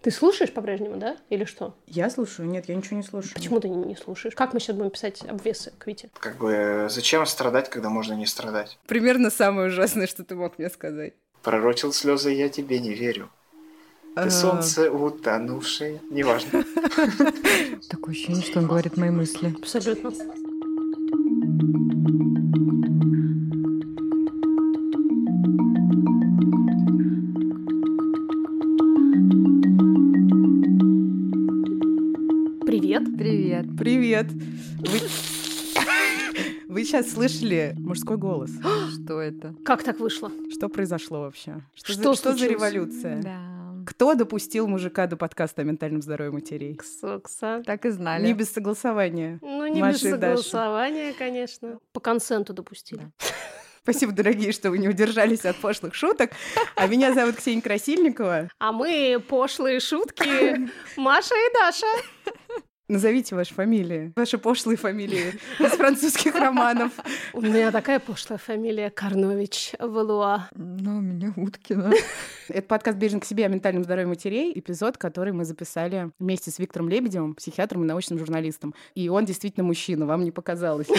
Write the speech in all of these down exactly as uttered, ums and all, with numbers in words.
Ты слушаешь по-прежнему, да? Или что? Я слушаю? Нет, я ничего не слушаю. Почему ты не, не слушаешь? Как мы сейчас будем писать обвесы к Вите? Как бы зачем страдать, когда можно не страдать? Примерно самое ужасное, что ты мог мне сказать. Пророчил слезы, я тебе не верю. Ты солнце утонувшее. Неважно. Такое ощущение, что он говорит мои мысли. Абсолютно. Привет. Привет. Привет. Вы... Вы сейчас слышали мужской голос. Что это? Как так вышло? Что произошло вообще? Что, Что за, что за случилось? революция? Да. Кто допустил мужика до подкаста о ментальном здоровье матерей? Ксокса. Так и знали. Не без согласования. Ну, не Маши без и Даши. согласования, конечно. По консенту допустили. Да. Спасибо, дорогие, что вы не удержались от пошлых шуток. А меня зовут Ксения Красильникова. А мы пошлые шутки Маша и Даша. Назовите ваши фамилии, ваши пошлые фамилии из французских романов. У меня такая пошлая фамилия Карнович Валуа. Ну, у меня Уткина. Это подкаст «Бережно к себе» о ментальном здоровье матерей, эпизод, который мы записали вместе с Виктором Лебедевым, психиатром и научным журналистом. И он действительно мужчина, вам не показалось.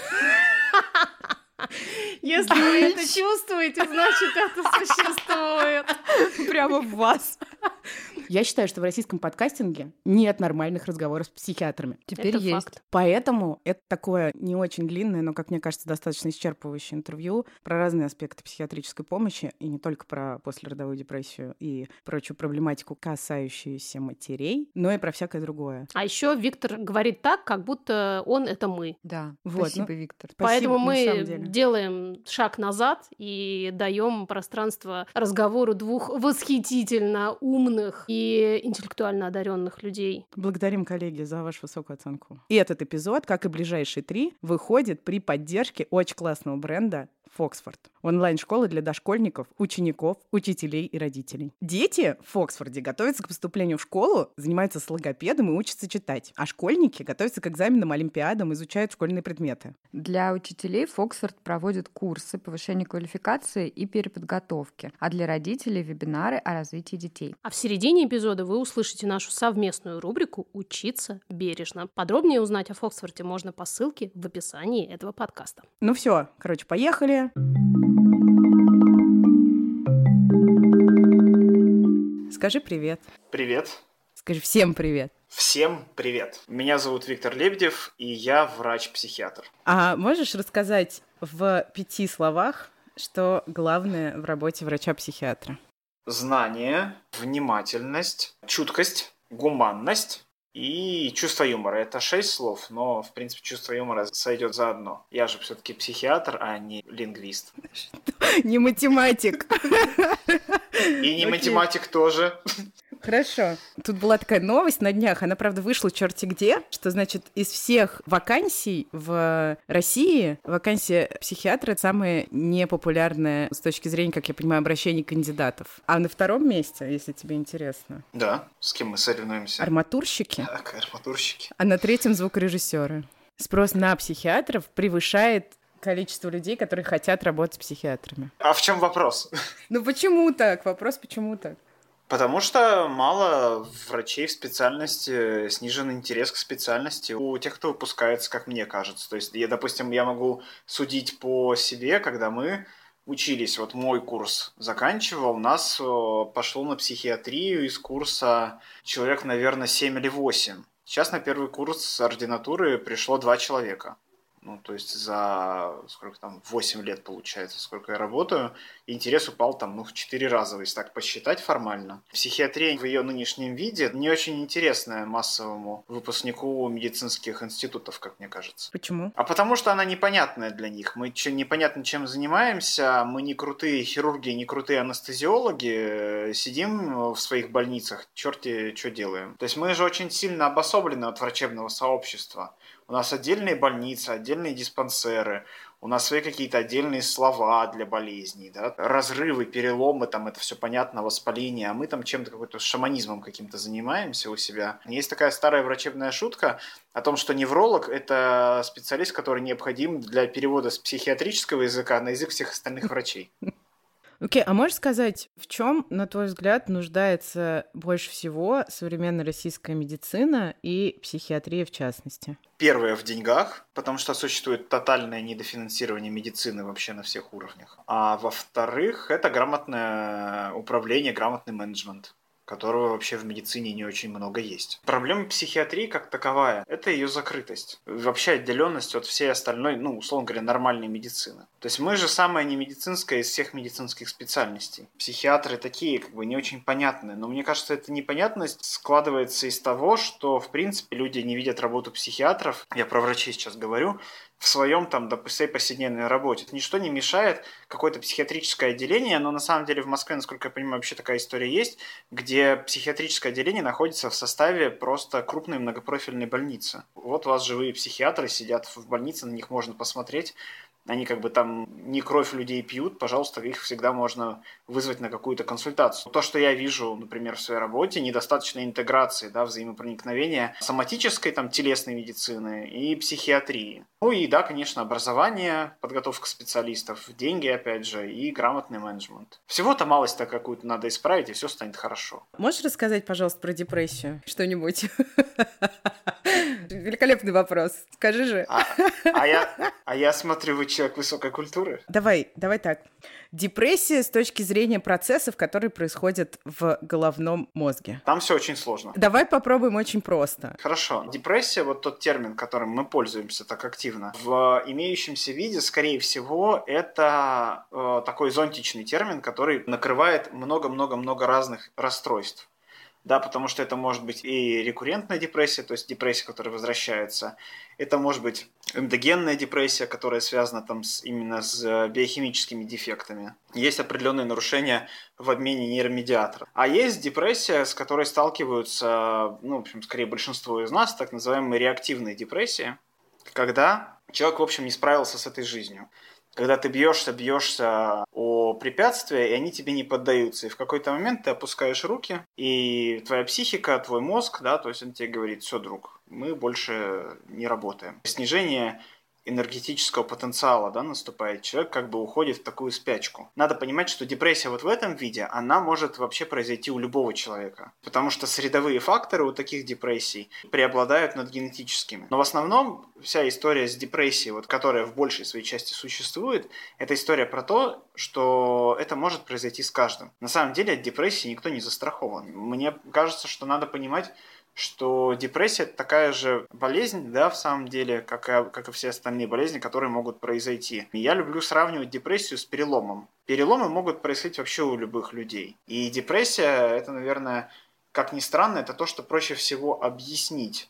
Если вы это чувствуете, значит, это существует. Прямо в вас. Я считаю, что в российском подкастинге нет нормальных разговоров с психиатрами. Теперь Это есть. факт. Поэтому это такое не очень длинное, но, как мне кажется, достаточно исчерпывающее интервью про разные аспекты психиатрической помощи, и не только про послеродовую депрессию и прочую проблематику, касающуюся матерей, но и про всякое другое. А еще Виктор говорит так, как будто он — это мы. Да. Вот, Спасибо, ну, Виктор. Спасибо, Поэтому на мы самом деле. делаем шаг назад и даем пространство разговору двух восхитительно умных и интеллектуально одаренных людей. Благодарим, коллеги, за вашу высокую оценку. И этот эпизод, как и ближайшие три, выходит при поддержке очень классного бренда Фоксфорд. Онлайн-школа для дошкольников, учеников, учителей и родителей. Дети в Фоксфорде готовятся к поступлению в школу, занимаются с логопедом и учатся читать. А школьники готовятся к экзаменам, олимпиадам, изучают школьные предметы. Для учителей Фоксфорд проводит курсы повышения квалификации и переподготовки, а для родителей — вебинары о развитии детей. А в середине эпизода вы услышите нашу совместную рубрику «Учиться бережно». Подробнее узнать о Фоксфорде можно по ссылке в описании этого подкаста. Ну все, короче, поехали. Скажи привет. Привет. Скажи всем привет. Всем привет. Меня зовут Виктор Лебедев, и я врач-психиатр. А можешь рассказать в пяти словах, что главное в работе врача-психиатра? Знание, внимательность, чуткость, гуманность и чувство юмора. Это шесть слов, но, в принципе, чувство юмора сойдет заодно. Я же все-таки психиатр, а не лингвист. Не математик. И не математик тоже. Хорошо. Тут была такая новость на днях, она, правда, вышла черти где, что, значит, из всех вакансий в России вакансия психиатра самая непопулярная с точки зрения, как я понимаю, обращений кандидатов. А на втором месте, если тебе интересно, Да, с кем мы соревнуемся? арматурщики, Так, арматурщики. а на третьем звукорежиссеры. Спрос на психиатров превышает количество людей, которые хотят работать с психиатрами. А в чем вопрос? Ну почему так? Вопрос, почему так? Потому что мало врачей в специальности, снижен интерес к специальности у тех, кто выпускается, как мне кажется. То есть, я, допустим, я могу судить по себе, когда мы учились, вот мой курс заканчивал, нас пошло на психиатрию из курса человек, наверное, семь или восемь. Сейчас на первый курс ординатуры пришло два человека. Ну, то есть за сколько там, восемь лет получается, сколько я работаю, интерес упал там, ну, в четыре раза, если так посчитать формально. Психиатрия в ее нынешнем виде не очень интересная массовому выпускнику медицинских институтов, как мне кажется. Почему? А потому что она непонятная для них. Мы че- непонятно чем занимаемся, мы не крутые хирурги, не крутые анестезиологи, сидим в своих больницах, черти что делаем. То есть мы же очень сильно обособлены от врачебного сообщества. У нас отдельные больницы, отдельные диспансеры, у нас свои какие-то отдельные слова для болезней, да? Разрывы, переломы, там это все понятно, воспаление, а мы там чем-то какой-то шаманизмом каким-то занимаемся у себя. Есть такая старая врачебная шутка о том, что невролог – это специалист, который необходим для перевода с психиатрического языка на язык всех остальных врачей. Окей, а можешь сказать, в чем, на твой взгляд, нуждается больше всего современная российская медицина и психиатрия в частности? Первое в деньгах, потому что существует тотальное недофинансирование медицины вообще на всех уровнях. А во-вторых, это грамотное управление, грамотный менеджмент, которого вообще в медицине не очень много есть. Проблема психиатрии как таковая – это ее закрытость. Вообще отделенность от всей остальной, ну, условно говоря, нормальной медицины. То есть мы же самая немедицинская из всех медицинских специальностей. Психиатры такие, как бы, не очень понятные. Но мне кажется, эта непонятность складывается из того, что, в принципе, люди не видят работу психиатров. Я про врачей сейчас говорю. В своем, там, допустим, повседневной работе. Ничто не мешает какое-то психиатрическое отделение, но на самом деле в Москве, насколько я понимаю, вообще такая история есть, где психиатрическое отделение находится в составе просто крупной многопрофильной больницы. Вот у вас живые психиатры сидят в больнице, на них можно посмотреть. Они как бы там не кровь людей пьют, пожалуйста, их всегда можно вызвать на какую-то консультацию. То, что я вижу, например, в своей работе, недостаточно интеграции, да, взаимопроникновения соматической, там, телесной медицины и психиатрии. Ну и да, конечно, образование, подготовка специалистов, деньги, опять же, и грамотный менеджмент. Всего-то малость-то какую-то надо исправить, и все станет хорошо. Можешь рассказать, пожалуйста, про депрессию? Что-нибудь? Великолепный вопрос. Скажи же. А, а, я, а я смотрю, вы человек высокой культуры. Давай, давай так. Депрессия с точки зрения процессов, которые происходят в головном мозге. Там все очень сложно. Давай попробуем очень просто. Хорошо. Депрессия, вот тот термин, которым мы пользуемся так активно, в имеющемся виде, скорее всего, это э, такой зонтичный термин, который накрывает много-много-много разных расстройств. Да, потому что это может быть и рекуррентная депрессия, то есть депрессия, которая возвращается. Это может быть эндогенная депрессия, которая связана там с, именно с биохимическими дефектами. Есть определенные нарушения в обмене нейромедиаторов. А есть депрессия, с которой сталкиваются, ну, в общем, скорее большинство из нас, так называемые реактивные депрессии, когда человек, в общем, не справился с этой жизнью. Когда ты бьешься, бьешься о препятствия, и они тебе не поддаются. И в какой-то момент ты опускаешь руки, и твоя психика, твой мозг, да, то есть он тебе говорит: все, друг, мы больше не работаем. Снижение энергетического потенциала, да, наступает, человек как бы уходит в такую спячку. Надо понимать, что депрессия вот в этом виде, она может вообще произойти у любого человека, потому что средовые факторы у таких депрессий преобладают над генетическими. Но в основном вся история с депрессией, вот, которая в большей своей части существует, это история про то, что это может произойти с каждым. На самом деле от депрессии никто не застрахован. Мне кажется, что надо понимать, что депрессия – это такая же болезнь, да, в самом деле, как и, как и все остальные болезни, которые могут произойти. И я люблю сравнивать депрессию с переломом. Переломы могут происходить вообще у любых людей. И депрессия – это, наверное, как ни странно, это то, что проще всего объяснить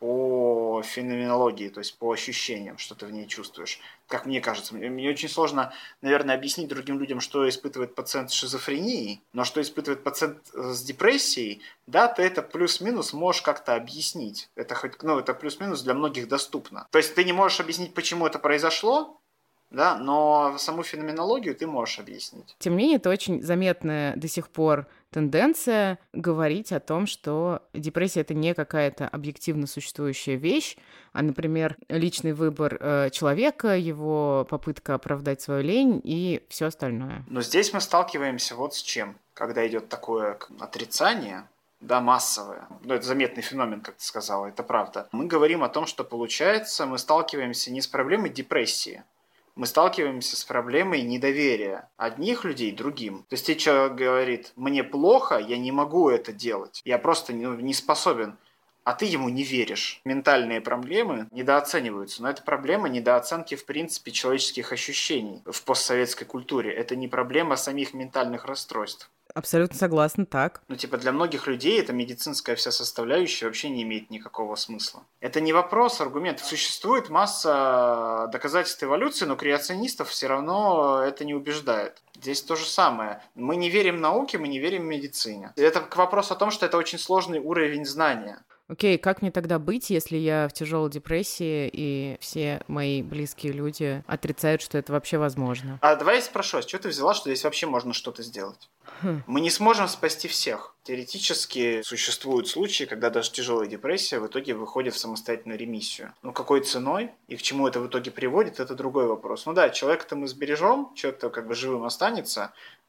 по феноменологии, то есть по ощущениям, что ты в ней чувствуешь. Как мне кажется, мне очень сложно, наверное, объяснить другим людям, что испытывает пациент с шизофренией, но что испытывает пациент с депрессией, да, ты это плюс-минус можешь как-то объяснить. Это хоть, ну, это плюс-минус для многих доступно. То есть ты не можешь объяснить, почему это произошло, да, но саму феноменологию ты можешь объяснить. Тем не менее, это очень заметная до сих пор тенденция говорить о том, что депрессия — это не какая-то объективно существующая вещь, а, например, личный выбор э, человека, его попытка оправдать свою лень и все остальное. Но здесь мы сталкиваемся вот с чем. Когда идет такое отрицание, да, массовое. Ну, это заметный феномен, как ты сказала, это правда. Мы говорим о том, что получается, мы сталкиваемся не с проблемой депрессии, мы сталкиваемся с проблемой недоверия одних людей другим. То есть, если человек говорит: мне плохо, я не могу это делать, я просто ну, не способен, а ты ему не веришь. Ментальные проблемы недооцениваются, но это проблема недооценки, в принципе, человеческих ощущений в постсоветской культуре. Это не проблема самих ментальных расстройств. Абсолютно согласна, так. Ну, типа, для многих людей эта медицинская вся составляющая вообще не имеет никакого смысла. Это не вопрос, аргумент. Существует масса доказательств эволюции, но креационистов все равно это не убеждает. Здесь то же самое. Мы не верим науке, мы не верим медицине. Это к вопросу о том, что это очень сложный уровень знания. Окей, как мне тогда быть, если я в тяжелой депрессии, и все мои близкие люди отрицают, что это вообще возможно? А давай я спрошу, а с чего ты взяла, что здесь вообще можно что-то сделать? Хм. Мы не сможем спасти всех. Теоретически существуют случаи, когда даже тяжелая депрессия в итоге выходит в самостоятельную ремиссию. Но какой ценой и к чему это в итоге приводит, это другой вопрос. Ну да, человека-то мы сбережем, человек-то как бы живым останется,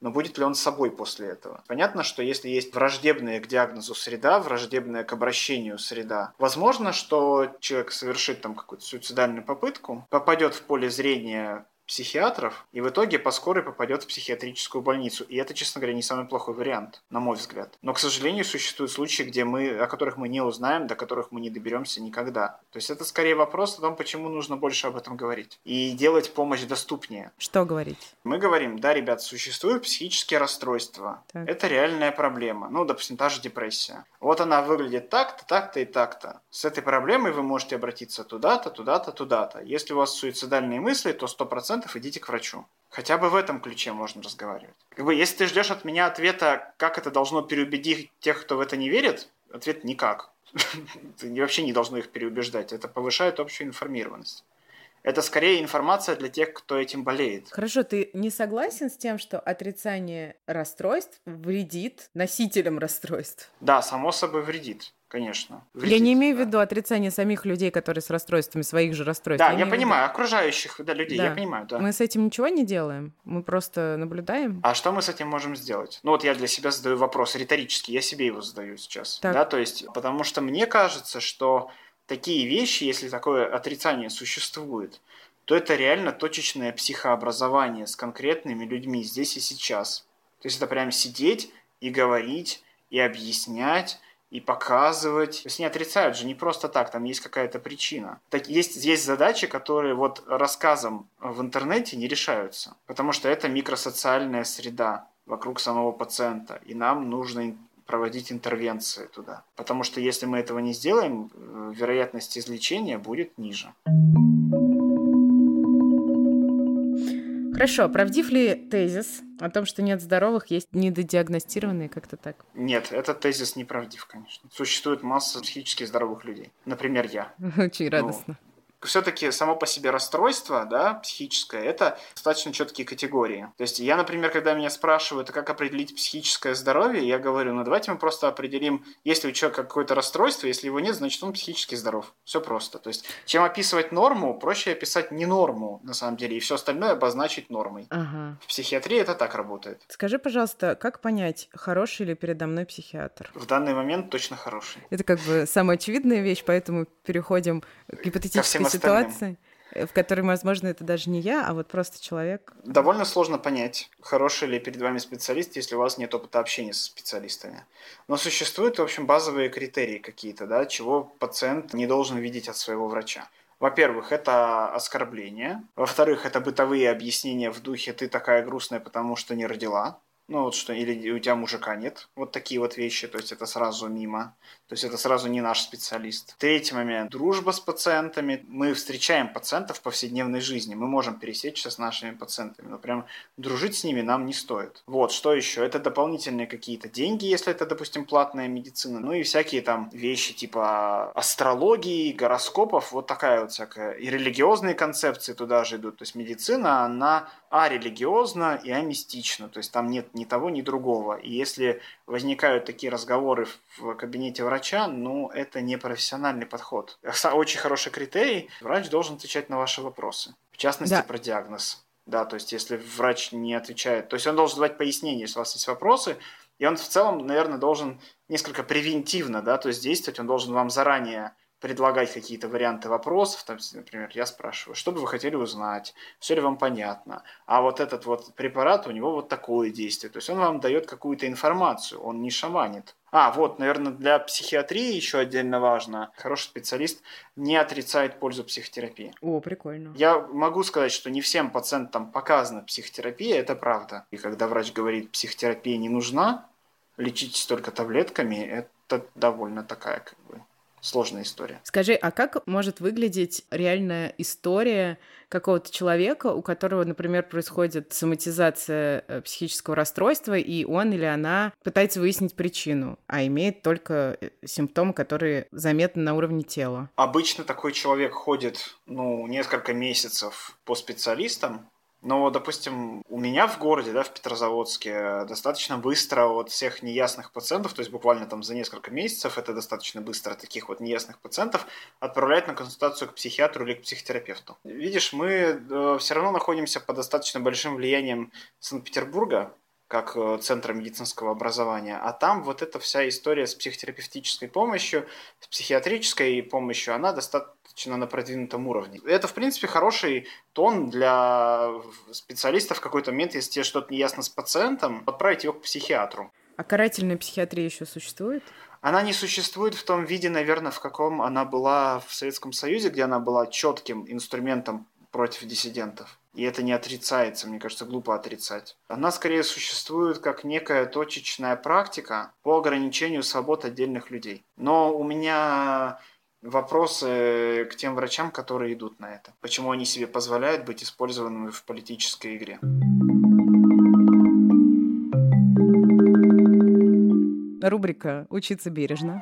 но будет ли он собой после этого? Понятно, что если есть враждебная к диагнозу среда, враждебная к обращению среда, возможно, что человек совершит там какую-то суицидальную попытку, попадет в поле зрения психиатров и в итоге по скорой попадет в психиатрическую больницу. И это, честно говоря, не самый плохой вариант, на мой взгляд. Но, к сожалению, существуют случаи, где мы, о которых мы не узнаем, до которых мы не доберемся никогда. То есть это скорее вопрос о том, почему нужно больше об этом говорить и делать помощь доступнее. Что говорить? Мы говорим, да, ребят, существуют психические расстройства. Так. Это реальная проблема. Ну, допустим, та же депрессия. Вот она выглядит так-то, так-то и так-то. С этой проблемой вы можете обратиться туда-то, туда-то, туда-то. Если у вас суицидальные мысли, то сто процентов идите к врачу. Хотя бы в этом ключе можно разговаривать. Как бы, если ты ждешь от меня ответа, как это должно переубедить тех, кто в это не верит, ответ никак. Ты вообще не должно их переубеждать. Это повышает общую информированность. Это скорее информация для тех, кто этим болеет. Хорошо, ты не согласен с тем, что отрицание расстройств вредит носителям расстройств? Да, само собой вредит. Конечно. Вредит, я не имею да. в виду отрицание самих людей, которые с расстройствами, своих же расстройств. Да, я, я имею понимаю, в виду... окружающих да, людей, да. я понимаю, да. Мы с этим ничего не делаем, мы просто наблюдаем. А что мы с этим можем сделать? Ну вот я для себя задаю вопрос риторический, я себе его задаю сейчас. Так. Да, то есть, потому что мне кажется, что такие вещи, если такое отрицание существует, то это реально точечное психообразование с конкретными людьми здесь и сейчас. То есть это прям сидеть и говорить, и объяснять, и показывать. То есть не отрицают же не просто так, там есть какая-то причина. Так, есть, есть задачи, которые вот рассказом в интернете не решаются, потому что это микросоциальная среда вокруг самого пациента, и нам нужно проводить интервенции туда. Потому что если мы этого не сделаем, вероятность излечения будет ниже. Хорошо, правдив ли тезис о том, что нет здоровых, есть недодиагностированные, как-то так? Нет, этот тезис неправдив, конечно. Существует масса психически здоровых людей. Например, я. Очень радостно. Ну, все-таки само по себе расстройство, да, психическое, это достаточно четкие категории. То есть я, например, когда меня спрашивают, а как определить психическое здоровье, я говорю, ну давайте мы просто определим, если у человека какое-то расстройство, если его нет, значит он психически здоров. Все просто. То есть чем описывать норму, проще описать не норму, на самом деле, и все остальное обозначить нормой. Ага. В психиатрии это так работает. Скажи, пожалуйста, как понять, хороший ли передо мной психиатр? В данный момент точно хороший. Это как бы самая очевидная вещь, поэтому переходим к гипотетической ситуации, в которой, возможно, это даже не я, а вот просто человек. Довольно сложно понять, хороший ли перед вами специалист, если у вас нет опыта общения со специалистами. Но существуют, в общем, базовые критерии какие-то, да, чего пациент не должен видеть от своего врача. Во-первых, это оскорбление. Во-вторых, это бытовые объяснения в духе «ты такая грустная, потому что не родила». Ну вот что, или у тебя мужика нет. Вот такие вот вещи, то есть это сразу мимо. То есть это сразу не наш специалист. Третий момент. Дружба с пациентами. Мы встречаем пациентов в повседневной жизни. Мы можем пересечься с нашими пациентами. Но прям дружить с ними нам не стоит. Вот, что еще? Это дополнительные какие-то деньги, если это, допустим, платная медицина. Ну и всякие там вещи типа астрологии, гороскопов. Вот такая вот всякая. И религиозные концепции туда же идут. То есть медицина, она арелигиозна и амистична. То есть там нет ни того, ни другого. И если возникают такие разговоры в кабинете врача, ну, это не профессиональный подход. Очень хороший критерий. Врач должен отвечать на ваши вопросы. В частности, да. Про диагноз. Да, то есть, если врач не отвечает... То есть, он должен давать пояснение, если у вас есть вопросы. И он в целом, наверное, должен несколько превентивно, да, то есть, действовать. Он должен вам заранее предлагать какие-то варианты вопросов, там, например, я спрашиваю, что бы вы хотели узнать, все ли вам понятно, а вот этот вот препарат, у него вот такое действие, то есть он вам дает какую-то информацию, он не шаманит. А, вот, наверное, для психиатрии еще отдельно важно, хороший специалист не отрицает пользу психотерапии. О, прикольно. Я могу сказать, что не всем пациентам показана психотерапия, это правда. И когда врач говорит, психотерапия не нужна, лечитесь только таблетками, это довольно такая, как бы, сложная история. Скажи, а как может выглядеть реальная история какого-то человека, у которого, например, происходит соматизация психического расстройства, и он или она пытается выяснить причину, а имеет только симптомы, которые заметны на уровне тела? Обычно такой человек ходит, ну, несколько месяцев по специалистам. Но, допустим, у меня в городе, да, в Петрозаводске, достаточно быстро от всех неясных пациентов, то есть буквально там за несколько месяцев, это достаточно быстро таких вот неясных пациентов, отправляют на консультацию к психиатру или к психотерапевту. Видишь, мы э, все равно находимся под достаточно большим влиянием Санкт-Петербурга, как центра медицинского образования, а там вот эта вся история с психотерапевтической помощью, с психиатрической помощью, она достаточно на продвинутом уровне. Это, в принципе, хороший тон для специалистов в какой-то момент, если тебе что-то не ясно с пациентом, отправить его к психиатру. А карательная психиатрия еще существует? Она не существует в том виде, наверное, в каком она была в Советском Союзе, где она была четким инструментом против диссидентов. И это не отрицается, мне кажется, глупо отрицать. Она скорее существует как некая точечная практика по ограничению свобод отдельных людей. Но у меня вопросы к тем врачам, которые идут на это. Почему они себе позволяют быть использованными в политической игре? Рубрика «Учиться бережно».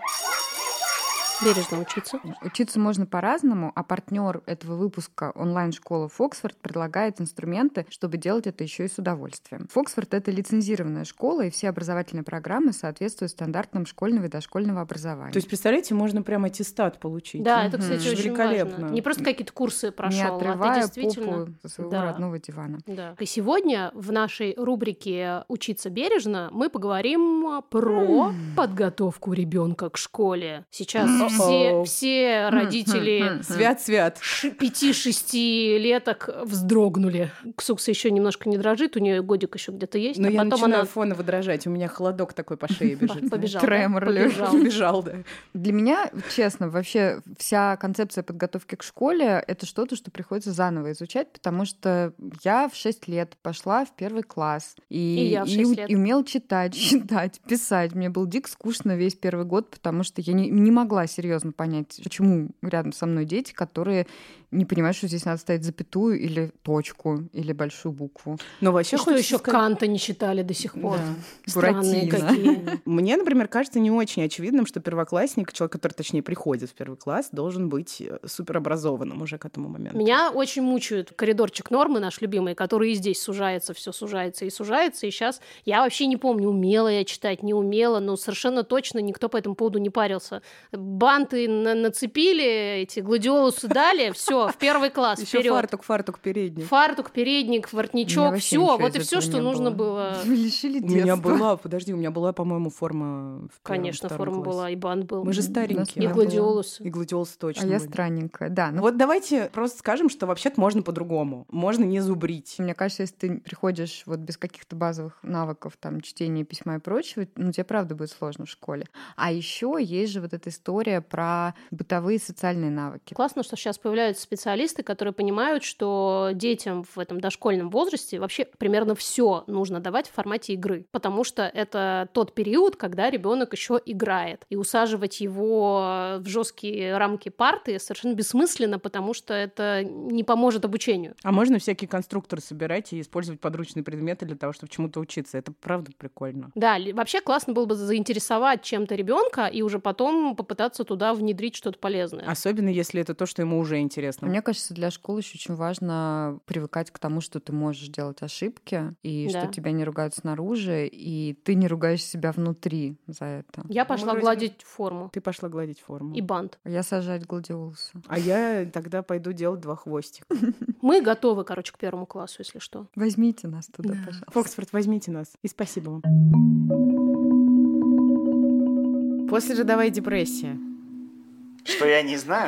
Бережно учиться. Учиться можно по-разному, а партнер этого выпуска онлайн-школа Фоксфорд предлагает инструменты, чтобы делать это еще и с удовольствием. Фоксфорд — это лицензированная школа, и все образовательные программы соответствуют стандартам школьного и дошкольного образования. То есть, представляете, можно прям аттестат получить. Да, это, кстати, Мгм. очень Великолепно. важно. Не просто какие-то курсы прошел, Не а отрывая ты действительно... попу со своего Да. родного дивана. Да. И сегодня в нашей рубрике «Учиться бережно» мы поговорим про подготовку ребенка к школе. Сейчас все, все родители Свят-свят. ш- пяти-шестилеток вздрогнули. Ксукса еще немножко не дрожит, у нее годик еще где-то есть, Но а я потом начинаю она фоново дрожать, у меня холодок такой по шее бежит. побежала. да? Тремор, Лёш. Побежала. Побежал, да. Для меня, честно, вообще вся концепция подготовки к школе — это что-то, что приходится заново изучать, потому что я в шесть лет пошла в первый класс. И, И я в и шесть у- лет. и умела читать, считать, писать. Мне было дико скучно весь первый год, потому что я не, не могла серьезно понять, почему рядом со мной дети, которые не понимают, что здесь надо ставить запятую или точку, или большую букву. Но И вообще что хочется еще сказать- Канта не читали до сих пор? Да. Странные Буратино. какие. Мне, например, кажется не очень очевидным, что первоклассник, человек, который, точнее, приходит в первый класс, должен быть э, суперобразованным уже к этому моменту. Меня очень мучает коридорчик нормы, наш любимый, который и здесь сужается, все сужается и сужается. И сейчас я вообще не помню, умела я читать, не умела, но совершенно точно никто по этому поводу не парился. Банты на- нацепили, эти гладиолусы дали, все, в первый класс, Еще вперед. фартук, фартук передний. Фартук, передник, У меня воротничок, вообще все, ничего вот и из все, этого что не нужно было. было. Вы лишили У меня детства. была, подожди, у меня была, по-моему, форма в первом, Конечно, втором форма классе. была, и бант был. Мы же У нас старенькие. И не гладиолусы. И гладиолусы точно А я были. странненькая, да. Ну, Вот давайте просто скажем, что вообще-то можно по-другому. Можно не зубрить. мне кажется, если ты приходишь вот без каких-то базовых навыков, там, чтения, письма и прочего, ну, тебе правда будет сложно в школе. А еще есть же вот эта история про бытовые социальные навыки. Классно, что сейчас появляются специалисты, которые понимают, что детям в этом дошкольном возрасте вообще примерно все нужно давать в формате игры, потому что это тот период, когда ребенок еще играет. И усаживать его в жесткие рамки парты совершенно бессмысленно, потому что это не поможет обучению. А можно всякие конструкторы собирать и использовать подручные предметы для того, чтобы чему-то учиться. Это правда прикольно. Да, ли- вообще классно было бы заинтересовать чем-то ребенка и уже потом попытаться туда внедрить что-то полезное. Особенно, если это то, что ему уже интересно. Мне кажется, для школы еще очень важно привыкать к тому, что ты можешь делать ошибки, и Да. что тебя не ругают снаружи, и ты не ругаешь себя внутри за это. Я пошла вроде бы- гладить форму Ты пошла гладить форму. и бант. Я сажать гладиолусы. А я тогда пойду делать два хвостика. Мы готовы, короче, к первому классу, если что. Возьмите нас туда, пожалуйста. Фоксфорд, возьмите нас. И спасибо вам. Послеродовая депрессия. Что я не знаю?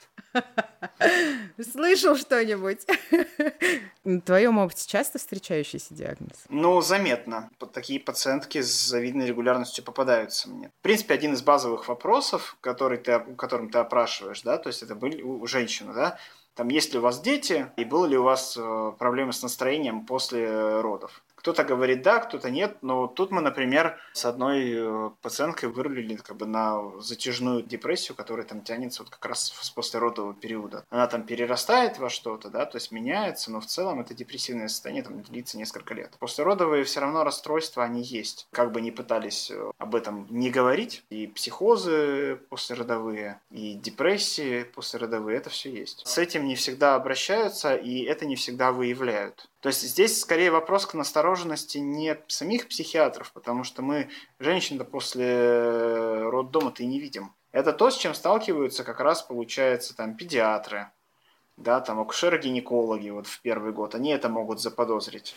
Слышал что-нибудь? В твоем опыте часто встречающийся диагноз? Ну, заметно. Вот такие пациентки с завидной регулярностью попадаются мне. В принципе, один из базовых вопросов, который ты, которым ты опрашиваешь, да, то есть это были у, у женщины, да, там, есть ли у вас дети, и было ли у вас э, проблемы с настроением после родов. Кто-то говорит да, кто-то нет, но тут мы, например, с одной э, пациенткой вырулили как бы на затяжную депрессию, которая там тянется вот как раз с послеродового периода. Она там перерастает во что-то, да, то есть меняется, но в целом это депрессивное состояние там длится несколько лет. Послеродовые все равно расстройства, они есть. Как бы ни пытались э, об этом не говорить, и психозы послеродовые, и депрессии послеродовые, это все есть. С этим не всегда обращаются, и это не всегда выявляют. То есть здесь скорее вопрос к настороженности не самих психиатров, потому что мы женщин-то после роддома-то и не видим. Это то, с чем сталкиваются как раз, получается, там педиатры, да, там акушеры-гинекологи вот в первый год, они это могут заподозрить.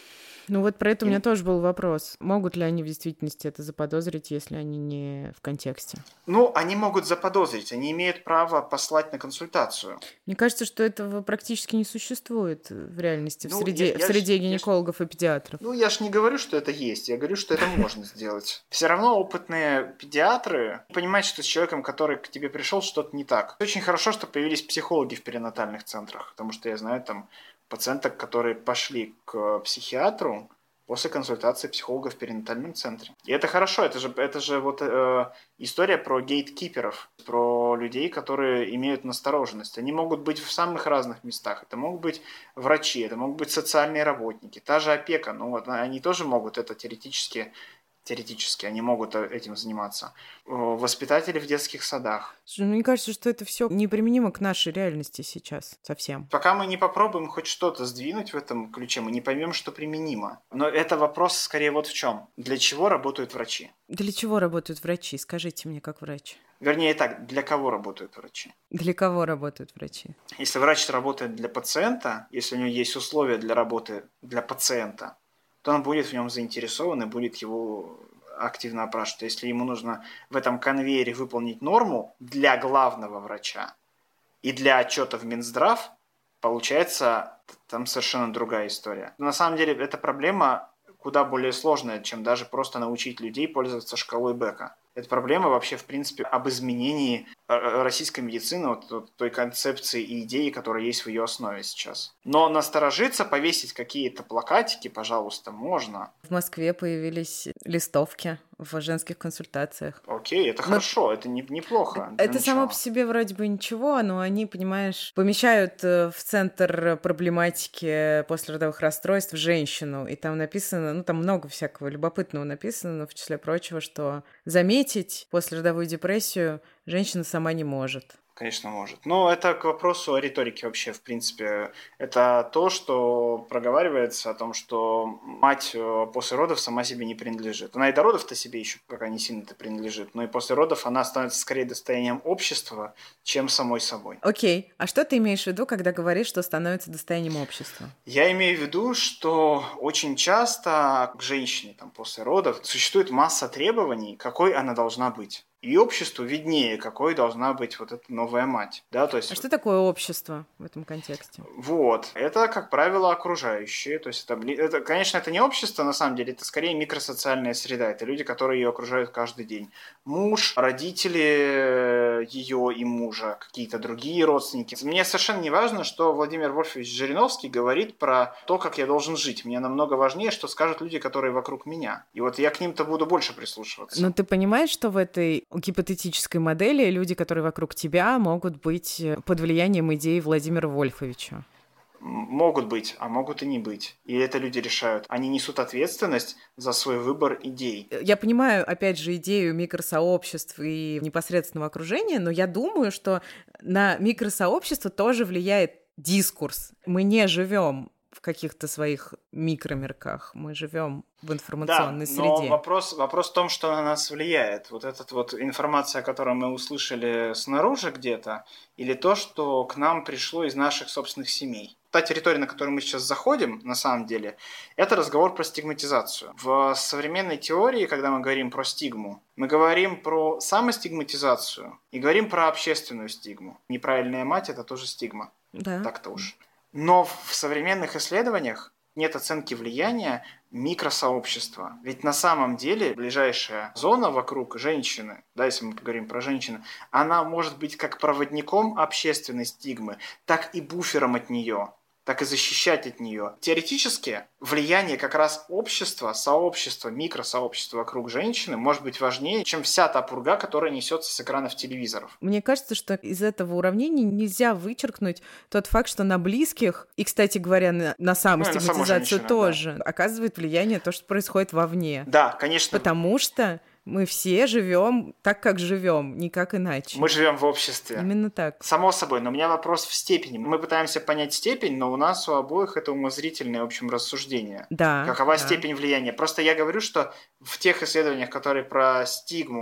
Ну вот про это у И- меня тоже был вопрос. Могут ли они в действительности это заподозрить, если они не в контексте? Ну, они могут заподозрить, они имеют право послать на консультацию. Мне кажется, что этого практически не существует в реальности, в Ну, среде, я- в я ж- среде я ж- гинекологов и педиатров. Ну, я ж не говорю, что это есть, я говорю, что это можно сделать. Все равно опытные педиатры понимают, что с человеком, который к тебе пришел, что-то не так. Очень хорошо, что появились психологи в перинатальных центрах, потому что я знаю там пациенток, которые пошли к психиатру после консультации психолога в перинатальном центре. И это хорошо, это же, это же вот э, история про гейткиперов, про людей, которые имеют настороженность. Они могут быть в самых разных местах. Это могут быть врачи, это могут быть социальные работники, та же опека. Ну вот они тоже могут это теоретически Теоретически они могут этим заниматься. Воспитатели в детских садах. Слушай, ну, мне кажется, что это все неприменимо к нашей реальности сейчас совсем. Пока мы не попробуем хоть что-то сдвинуть в этом ключе, мы не поймем, что применимо. Но это вопрос скорее вот в чем. Для чего работают врачи? Для чего работают врачи? Скажите мне, как врач. Вернее так, для кого работают врачи? Для кого работают врачи? Если врач работает для пациента, если у него есть условия для работы для пациента, то он будет в нем заинтересован и будет его активно опрашивать. Если ему нужно в этом конвейере выполнить норму для главного врача и для отчета в Минздрав, получается там совершенно другая история. На самом деле эта проблема куда более сложная, чем даже просто научить людей пользоваться шкалой Бека. Это проблема вообще, в принципе, об изменении российской медицины, вот той концепции и идеи, которая есть в ее основе сейчас. Но насторожиться, повесить какие-то плакатики, пожалуйста, можно. В Москве появились листовки в женских консультациях. Окей, это но... хорошо, это не, неплохо. Это само по себе вроде бы ничего, но они, понимаешь, помещают в центр проблематики послеродовых расстройств женщину, и там написано, ну там много всякого любопытного написано, но в числе прочего, что заметить послеродовую депрессию женщина сама не может. Конечно, может. Но это к вопросу о риторике вообще, в принципе. Это то, что проговаривается о том, что мать после родов сама себе не принадлежит. Она и до родов-то себе еще пока не сильно-то принадлежит, но и после родов она становится скорее достоянием общества, чем самой собой. Окей. А что ты имеешь в виду, когда говоришь, что становится достоянием общества? Я имею в виду, что очень часто к женщине там, после родов существует масса требований, какой она должна быть. И обществу виднее, какой должна быть вот эта новая мать. Да, то есть... А что такое общество в этом контексте? Вот. Это, как правило, окружающие. То есть, это, это, конечно, это не общество, на самом деле, это скорее микросоциальная среда. Это люди, которые ее окружают каждый день. Муж, родители ее и мужа, какие-то другие родственники. Мне совершенно не важно, что Владимир Вольфович Жириновский говорит про то, как я должен жить. Мне намного важнее, что скажут люди, которые вокруг меня. И вот я к ним-то буду больше прислушиваться. Но ты понимаешь, что в этой гипотетической модели люди, которые вокруг тебя, могут быть под влиянием идей Владимира Вольфовича? Могут быть, а могут и не быть. И это люди решают. Они несут ответственность за свой выбор идей. Я понимаю, опять же, идею микросообществ и непосредственного окружения, но я думаю, что на микросообщество тоже влияет дискурс. Мы не живем в каких-то своих микромирках. Мы живем в информационной да, среде. Но вопрос, вопрос в том, что на нас влияет. Вот эта вот информация, которую мы услышали снаружи где-то, или то, что к нам пришло из наших собственных семей. Та территория, на которую мы сейчас заходим, на самом деле, это разговор про стигматизацию. В современной теории, когда мы говорим про стигму, мы говорим про самостигматизацию и говорим про общественную стигму. Неправильная мать – это тоже стигма. Да. Так-то уж. Но в современных исследованиях нет оценки влияния микросообщества. Ведь на самом деле ближайшая зона вокруг женщины, да, если мы поговорим про женщину, она может быть как проводником общественной стигмы, так и буфером от нее, так и защищать от нее. Теоретически влияние как раз общества, сообщества, микросообщества вокруг женщины может быть важнее, чем вся та пурга, которая несется с экранов телевизоров. Мне кажется, что из этого уравнения нельзя вычеркнуть тот факт, что на близких, и, кстати говоря, на, на самостигматизацию ну, тоже, да. оказывает влияние то, что происходит вовне. Да, конечно. Потому что мы все живем так, как живем, никак иначе. Мы живем в обществе. Именно так. Само собой, но у меня вопрос в степени. Мы пытаемся понять степень, но у нас у обоих это умозрительное, в общем, рассуждение. Да. Какова да. степень влияния? Просто я говорю, что в тех исследованиях, которые про стигму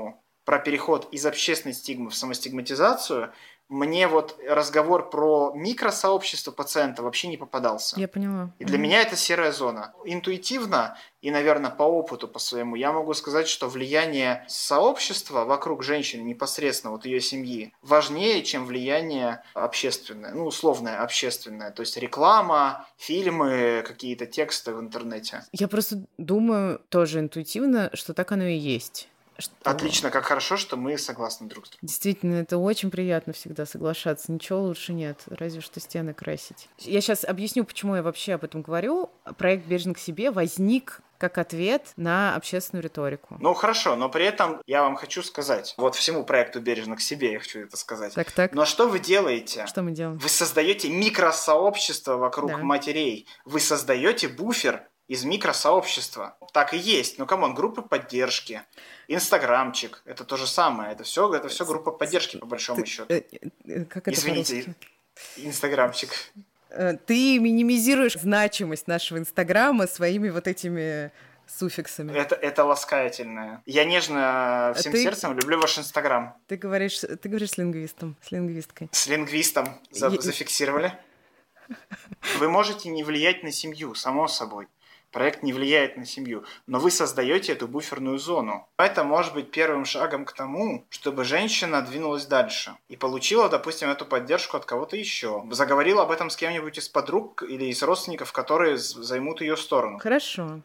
про переход из общественной стигмы в самостигматизацию, мне вот разговор про микросообщество пациента вообще не попадался. Я поняла. И для mm-hmm. меня это серая зона. Интуитивно и, наверное, по опыту, по своему, я могу сказать, что влияние сообщества вокруг женщины, непосредственно вот ее семьи, важнее, чем влияние общественное, ну, условное общественное. То есть реклама, фильмы, какие-то тексты в интернете. Я просто думаю тоже интуитивно, что так оно и есть. Что... Отлично, как хорошо, что мы согласны друг с другом. Действительно, это очень приятно всегда соглашаться. Ничего лучше нет, разве что стены красить. Я сейчас объясню, почему я вообще об этом говорю. Проект «Бережно к себе» возник как ответ на общественную риторику. Ну, хорошо, но при этом я вам хочу сказать, вот всему проекту «Бережно к себе» я хочу это сказать. Так, так. Но что вы делаете? Что мы делаем? Вы создаете микросообщество вокруг да. матерей. Вы создаете буфер из микросообщества. Так и есть. Ну, камон, группы поддержки, инстаграмчик, это то же самое. Это все, это все группа поддержки, по большому Ты, счету. Как это Извините, по-русски? инстаграмчик. Ты минимизируешь значимость нашего инстаграма своими вот этими суффиксами. Это, это ласкательное. Я нежно всем а ты... сердцем люблю ваш инстаграм. Ты говоришь, ты говоришь с лингвистом, с лингвисткой. С лингвистом за, Я... зафиксировали. Вы можете не влиять на семью, само собой. Проект не влияет на семью, но вы создаете эту буферную зону. Это может быть первым шагом к тому, чтобы женщина двинулась дальше и получила, допустим, эту поддержку от кого-то еще. Заговорила об этом с кем-нибудь из подруг или из родственников, которые займут ее сторону. Хорошо.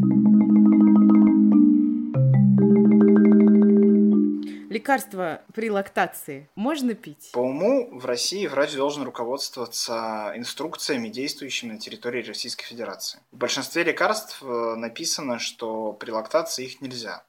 Лекарства при лактации можно пить? По уму в России врач должен руководствоваться инструкциями, действующими на территории Российской Федерации. В большинстве лекарств написано, что при лактации их нельзя.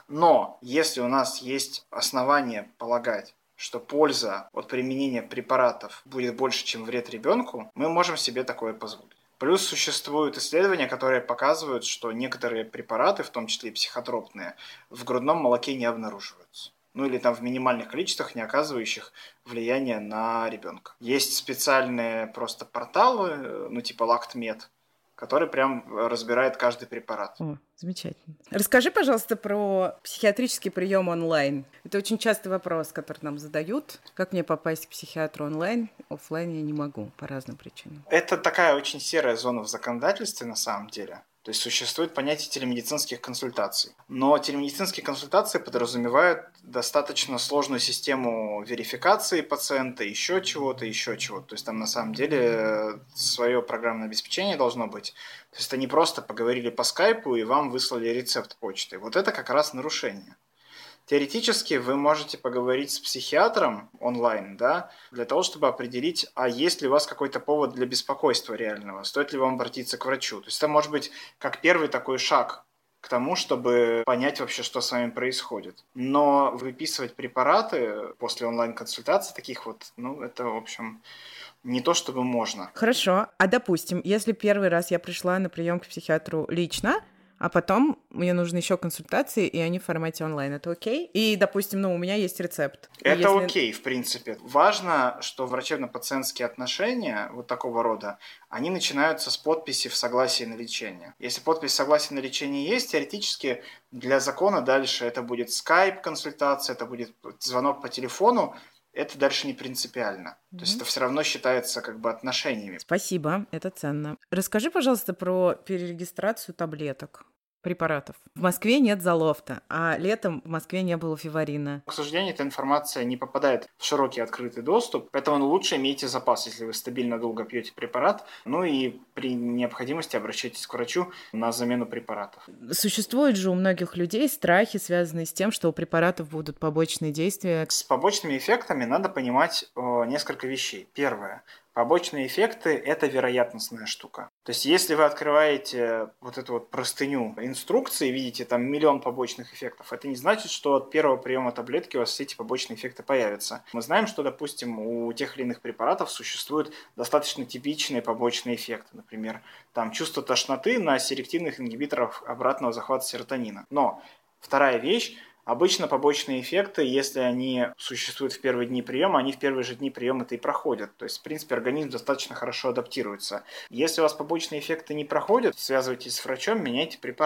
Но если у нас есть основания полагать, что польза от применения препаратов будет больше, чем вред ребенку, мы можем себе такое позволить. Плюс существуют исследования, которые показывают, что некоторые препараты, в том числе и психотропные, в грудном молоке не обнаруживаются. Ну или там в минимальных количествах, не оказывающих влияния на ребенка. Есть специальные просто порталы, ну типа Лактмед, который прям разбирает каждый препарат. О, замечательно. Расскажи, пожалуйста, про психиатрический прием онлайн. Это очень частый вопрос, который нам задают. Как мне попасть к психиатру онлайн? Оффлайн я не могу по разным причинам. Это такая очень серая зона в законодательстве на самом деле. То есть существует понятие телемедицинских консультаций. Но телемедицинские консультации подразумевают достаточно сложную систему верификации пациента, еще чего-то, еще чего-то. То есть там на самом деле свое программное обеспечение должно быть. То есть это не просто поговорили по скайпу и вам выслали рецепт почтой. Вот это как раз нарушение. Теоретически вы можете поговорить с психиатром онлайн, да, для того, чтобы определить, а есть ли у вас какой-то повод для беспокойства реального, стоит ли вам обратиться к врачу. То есть это может быть как первый такой шаг к тому, чтобы понять вообще, что с вами происходит. Но выписывать препараты после онлайн-консультаций таких вот, ну, это, в общем, не то, чтобы можно. Хорошо. А допустим, если первый раз я пришла на прием к психиатру лично, а потом мне нужны еще консультации, и они в формате онлайн. Это окей? И, допустим, ну, у меня есть рецепт. Это если... окей, в принципе. Важно, что врачебно-пациентские отношения вот такого рода, они начинаются с подписи в согласии на лечение. Если подпись в согласии на лечение есть, теоретически для закона дальше это будет скайп-консультация, это будет звонок по телефону, это дальше не принципиально. Mm-hmm. То есть это все равно считается как бы отношениями. Спасибо, это ценно. Расскажи, пожалуйста, про перерегистрацию таблеток, препаратов. В Москве нет Золофта, а летом в Москве не было Фиварина. К сожалению, эта информация не попадает в широкий открытый доступ, поэтому лучше имейте запас, если вы стабильно долго пьете препарат, ну и при необходимости обращайтесь к врачу на замену препаратов. Существуют же у многих людей страхи, связанные с тем, что у препаратов будут побочные действия. С побочными эффектами надо понимать о, несколько вещей. Первое. Побочные эффекты – это вероятностная штука. То есть, если вы открываете вот эту вот простыню инструкции, видите там миллион побочных эффектов, это не значит, что от первого приема таблетки у вас все эти побочные эффекты появятся. Мы знаем, что, допустим, у тех или иных препаратов существуют достаточно типичные побочные эффекты. Например, там чувство тошноты на селективных ингибиторах обратного захвата серотонина. Но вторая вещь, обычно побочные эффекты, если они существуют в первые дни приема, они в первые же дни приема это и проходят. То есть, в принципе, организм достаточно хорошо адаптируется. Если у вас побочные эффекты не проходят, связывайтесь с врачом, меняйте препарат.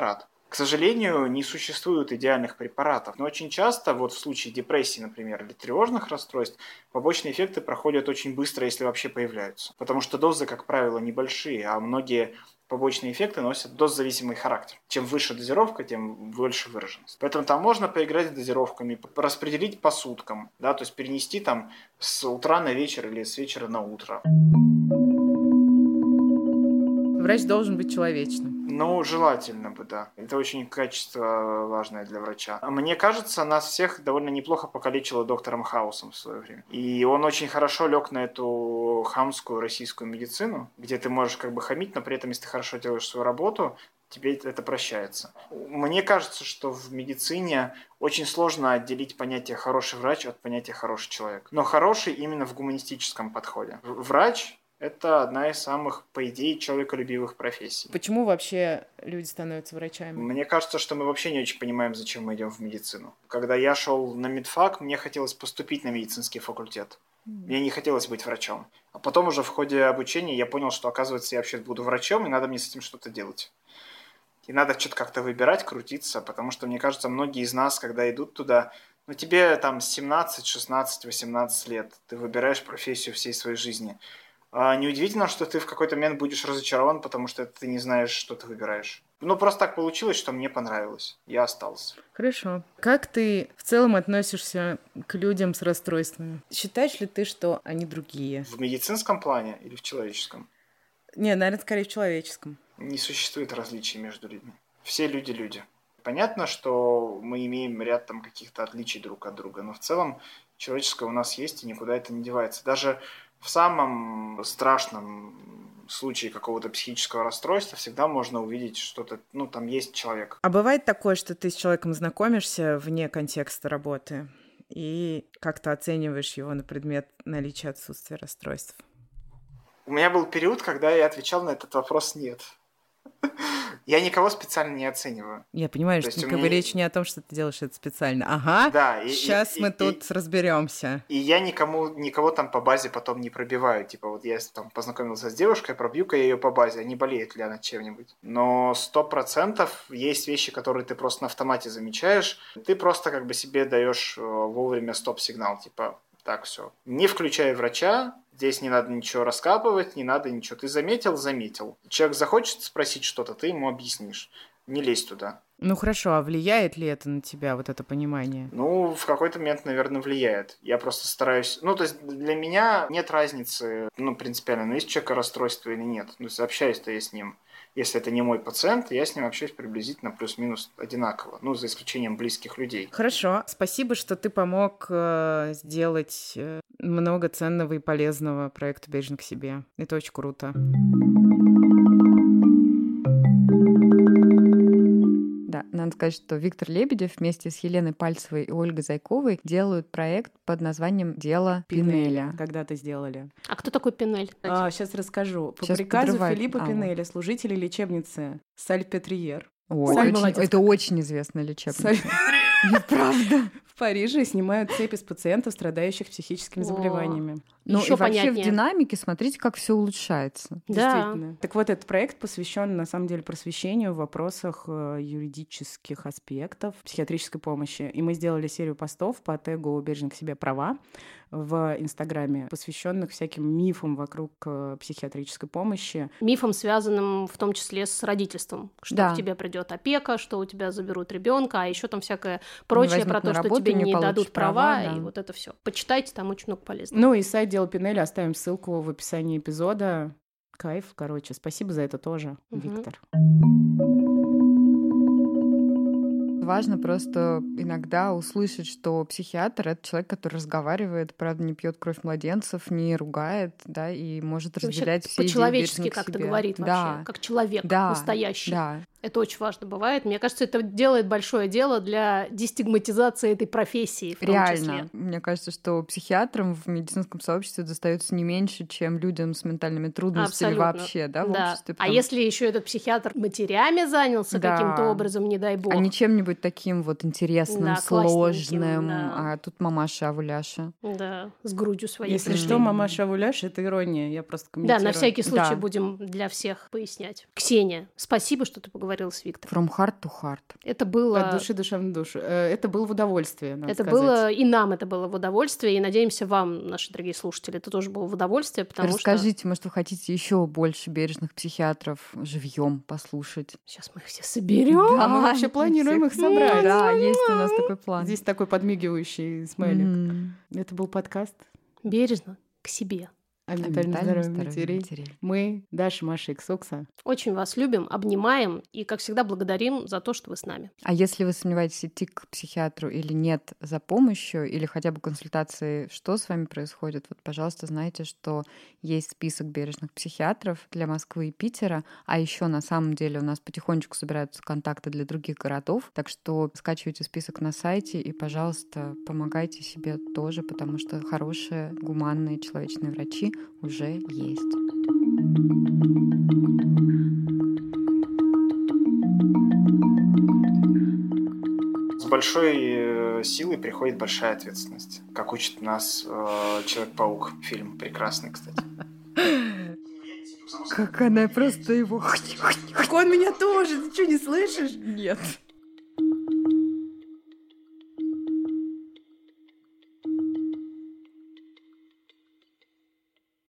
К сожалению, не существует идеальных препаратов, но очень часто, вот в случае депрессии, например, или тревожных расстройств, побочные эффекты проходят очень быстро, если вообще появляются. Потому что дозы, как правило, небольшие, а многие побочные эффекты носят дозозависимый характер. Чем выше дозировка, тем больше выраженность. Поэтому там можно поиграть с дозировками, распределить по суткам, да, то есть перенести там с утра на вечер или с вечера на утро. Врач должен быть человечным. Ну, желательно бы, да. Это очень качество важное для врача. Мне кажется, нас всех довольно неплохо покалечило доктором Хаусом в свое время. И он очень хорошо лег на эту хамскую российскую медицину, где ты можешь как бы хамить, но при этом, если ты хорошо делаешь свою работу, тебе это прощается. Мне кажется, что в медицине очень сложно отделить понятие «хороший врач» от понятия «хороший человек». Но хороший именно в гуманистическом подходе. Врач – это одна из самых, по идее, человеколюбивых профессий. Почему вообще люди становятся врачами? Мне кажется, что мы вообще не очень понимаем, зачем мы идем в медицину. Когда я шел на медфак, мне хотелось поступить на медицинский факультет. Мне не хотелось быть врачом. А потом уже в ходе обучения я понял, что, оказывается, я вообще буду врачом, и надо мне с этим что-то делать. И надо что-то как-то выбирать, крутиться, потому что, мне кажется, многие из нас, когда идут туда, ну, тебе там семнадцать, шестнадцать, восемнадцать лет, ты выбираешь профессию всей своей жизни. А неудивительно, что ты в какой-то момент будешь разочарован, потому что ты не знаешь, что ты выбираешь. Ну, просто так получилось, что мне понравилось. Я остался. Хорошо. Как ты в целом относишься к людям с расстройствами? Считаешь ли ты, что они другие? В медицинском плане или в человеческом? Не, наверное, скорее в человеческом. Не существует различий между людьми. Все люди – люди. Понятно, что мы имеем ряд там каких-то отличий друг от друга, но в целом человеческое у нас есть, и никуда это не девается. Даже в самом страшном случае какого-то психического расстройства всегда можно увидеть что-то, ну, там есть человек. А бывает такое, что ты с человеком знакомишься вне контекста работы и как-то оцениваешь его на предмет наличия отсутствия расстройств? У меня был период, когда я отвечал на этот вопрос «нет». Я никого специально не оцениваю. Я понимаю, То что есть как у бы меня- речь не о том, что ты делаешь это специально. Ага, Да, и- и- сейчас и- мы и- тут разберемся. И я никому, никого там по базе потом не пробиваю. Типа вот я там познакомился с девушкой, пробью-ка я ее по базе, а не болеет ли она чем-нибудь. Но сто процентов есть вещи, которые ты просто на автомате замечаешь. Ты просто как бы себе даешь э, вовремя стоп-сигнал. Типа так, все. Не включай врача, здесь не надо ничего раскапывать, не надо ничего. Ты заметил, заметил. Человек захочет спросить что-то, ты ему объяснишь. Не лезь туда. Ну хорошо, а влияет ли это на тебя, вот это понимание? Ну, в какой-то момент, наверное, влияет. Я просто стараюсь... Ну, то есть для меня нет разницы, ну, принципиально, ну, есть у человека расстройство или нет. Ну, то есть общаюсь-то я с ним. Если это не мой пациент, я с ним общаюсь приблизительно плюс-минус одинаково. Ну, за исключением близких людей. Хорошо, спасибо, что ты помог э, сделать э, много ценного и полезного проекта «Бережно к себе». Это очень круто. Да, надо сказать, что Виктор Лебедев вместе с Еленой Пальцевой и Ольгой Зайковой делают проект под названием «Дело Пинеля». Когда-то сделали. А кто такой Пинель? А, сейчас расскажу. По Щас приказу подрывает. Филиппа А, Пинеля, служители лечебницы Сальпетриер Ой, Ой, очень- молодец это какой. очень известная лечебница. Саль- Правда. в Париже снимают цепи с пациентов, страдающих психическими О. заболеваниями. Ну Ещё и вообще в понятнее. динамике смотрите, как все улучшается. Да. Действительно. Так вот, этот проект посвящен, на самом деле, просвещению в вопросах э, юридических аспектов психиатрической помощи. И мы сделали серию постов по тегу «Бережно к себе права» в Инстаграме, посвященных всяким мифам вокруг э, психиатрической помощи. Мифом, связанным в том числе с родительством, что Да. к тебе придет опека, что у тебя заберут ребенка, а еще там всякое прочее возьмут про то, на что работу, тебе не не получишь дадут права, права, да. и вот это все. Почитайте, там очень много полезного. Ну и сайт «Дело Пинеля» оставим ссылку в описании эпизода. Кайф, короче. Спасибо за это тоже, Мгм. Виктор. Важно просто иногда услышать, что психиатр — это человек, который разговаривает, правда, не пьет кровь младенцев, не ругает, да, и может И вообще разделять все идеи по-человечески «Бережно к как-то себе». говорит вообще, Да, как человек да, настоящий. да. Это очень важно бывает. Мне кажется, это делает большое дело для дестигматизации этой профессии в том Реально. числе. Мне кажется, что психиатрам в медицинском сообществе достается не меньше, чем людям с ментальными трудностями Абсолютно. вообще, да, в Да. обществе. А потому- если еще этот психиатр матерями занялся Да. каким-то образом, не дай бог. А не чем-нибудь таким вот интересным, Да, сложным, классненьким, да. а тут мамаша авуляша. Да, с грудью своей. Если пришли. что, мамаша Вуляш — это ирония. Я просто Да, комментирую. на всякий случай Да. будем для всех пояснять. Ксения, спасибо, что ты поговорила говорила с Виктором. From heart to heart. Это было... От души душам в душу. Это было в удовольствие, надо Это сказать. было, и нам это было в удовольствие, и надеемся, вам, наши дорогие слушатели, это тоже было в удовольствие, потому Расскажите, что... может, вы хотите еще больше бережных психиатров живьем послушать? Сейчас мы их все соберем. А мы вообще планируем их собрать. Да, есть у нас такой план. Здесь такой подмигивающий смайлик. М. Это был подкаст Бережно к себе. о О ментальном ментальном здоровье здоровье матерей. матерей. Мы, Даша, Маша и Ксокса. Очень вас любим, обнимаем и, как всегда, благодарим за то, что вы с нами. А если вы сомневаетесь, идти к психиатру или нет за помощью, или хотя бы консультации, что с вами происходит, вот, пожалуйста, знайте, что есть список бережных психиатров для Москвы и Питера, а еще на самом деле у нас потихонечку собираются контакты для других городов, так что скачивайте список на сайте и, пожалуйста, помогайте себе тоже, потому что хорошие, гуманные, человечные врачи уже есть. С большой э, силой приходит большая ответственность. Как учит нас э, Человек-паук. Фильм прекрасный, кстати. Как она просто его... Так он меня тоже, ты что, не слышишь? Нет.